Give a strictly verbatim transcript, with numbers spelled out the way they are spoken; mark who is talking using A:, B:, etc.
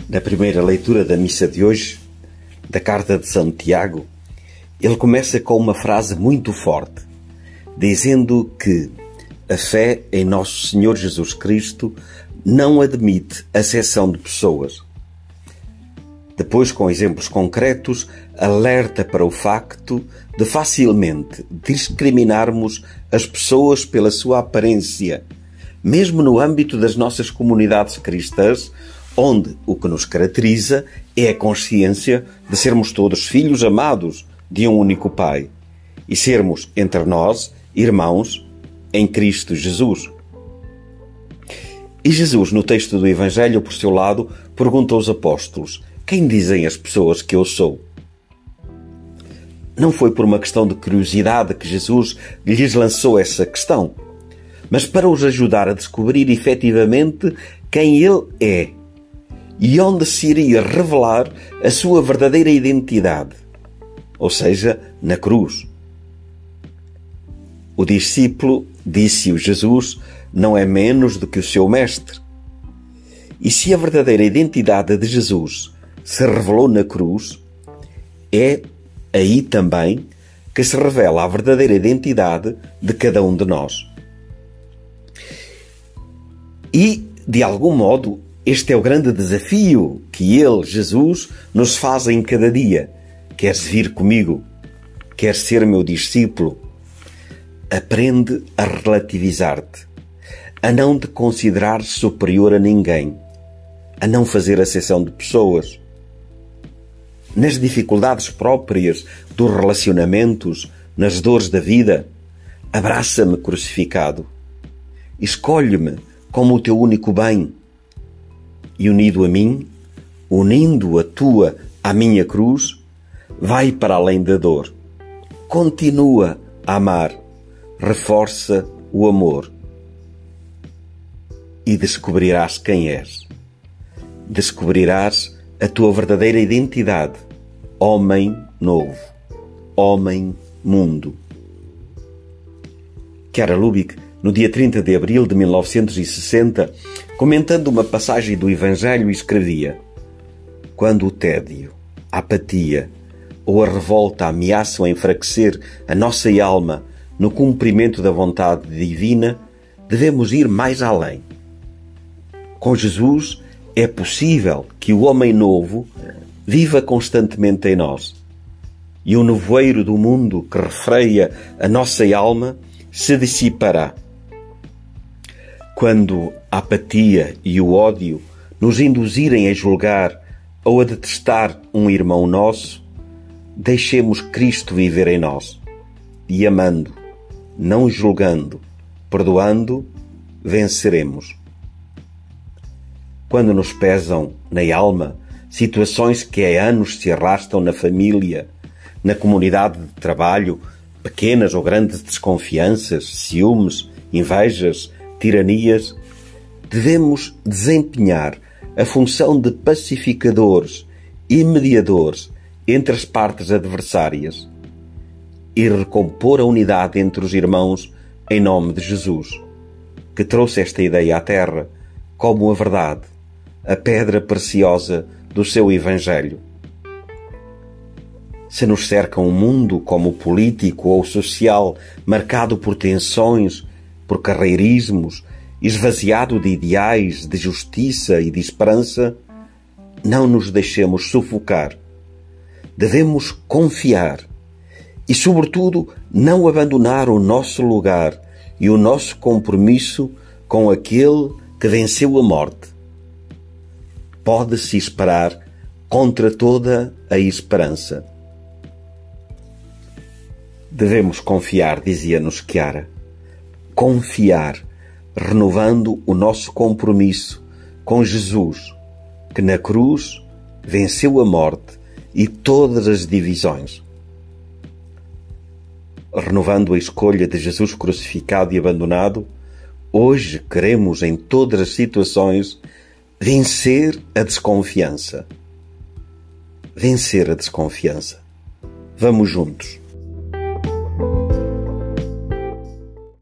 A: Na primeira leitura da missa de hoje, da carta de São Tiago, ele começa com uma frase muito forte, dizendo que a fé em Nosso Senhor Jesus Cristo não admite acepção de pessoas. Depois, com exemplos concretos, alerta para o facto de facilmente discriminarmos as pessoas pela sua aparência, mesmo no âmbito das nossas comunidades cristãs, onde o que nos caracteriza é a consciência de sermos todos filhos amados de um único Pai e sermos, entre nós, irmãos em Cristo Jesus. E Jesus, no texto do Evangelho, por seu lado, pergunta aos apóstolos: quem dizem as pessoas que eu sou? Não foi por uma questão de curiosidade que Jesus lhes lançou essa questão, mas para os ajudar a descobrir efetivamente quem Ele é e onde se iria revelar a sua verdadeira identidade, ou seja, na cruz. O discípulo, disse-o Jesus, não é menos do que o seu mestre. E se a verdadeira identidade de Jesus se revelou na cruz, é aí também que se revela a verdadeira identidade de cada um de nós. E, de algum modo, este é o grande desafio que Ele, Jesus, nos faz em cada dia. Queres vir comigo? Queres ser meu discípulo? Aprende a relativizar-te, a não te considerar superior a ninguém, a não fazer acepção de pessoas. Nas dificuldades próprias dos relacionamentos, nas dores da vida, abraça-me crucificado. Escolhe-me como o teu único bem. E unido a mim, unindo a tua à minha cruz, vai para além da dor. Continua a amar. Reforça o amor. E descobrirás quem és. Descobrirás a tua verdadeira identidade. Homem novo. Homem mundo. Chiara Lubich, no dia trinta de abril de mil novecentos e sessenta, comentando uma passagem do Evangelho, escrevia: quando o tédio, a apatia ou a revolta ameaçam enfraquecer a nossa alma no cumprimento da vontade divina, devemos ir mais além. Com Jesus é possível que o homem novo viva constantemente em nós e o nevoeiro do mundo que refreia a nossa alma se dissipará. Quando a apatia e o ódio nos induzirem a julgar ou a detestar um irmão nosso, deixemos Cristo viver em nós e, amando, não julgando, perdoando, venceremos. Quando nos pesam na alma situações que há anos se arrastam na família, na comunidade de trabalho, pequenas ou grandes desconfianças, ciúmes, invejas, tiranias, devemos desempenhar a função de pacificadores e mediadores entre as partes adversárias e recompor a unidade entre os irmãos em nome de Jesus, que trouxe esta ideia à terra como a verdade, a pedra preciosa do seu Evangelho. Se nos cerca um mundo como o político ou social marcado por tensões, por carreirismos, esvaziado de ideais, de justiça e de esperança, não nos deixemos sufocar. Devemos confiar e, sobretudo, não abandonar o nosso lugar e o nosso compromisso com aquele que venceu a morte. Pode-se esperar contra toda a esperança. Devemos confiar, dizia-nos Chiara. Confiar, renovando o nosso compromisso com Jesus, que na cruz venceu a morte e todas as divisões. Renovando a escolha de Jesus crucificado e abandonado, hoje queremos, em todas as situações, vencer a desconfiança. Vencer a desconfiança. Vamos juntos.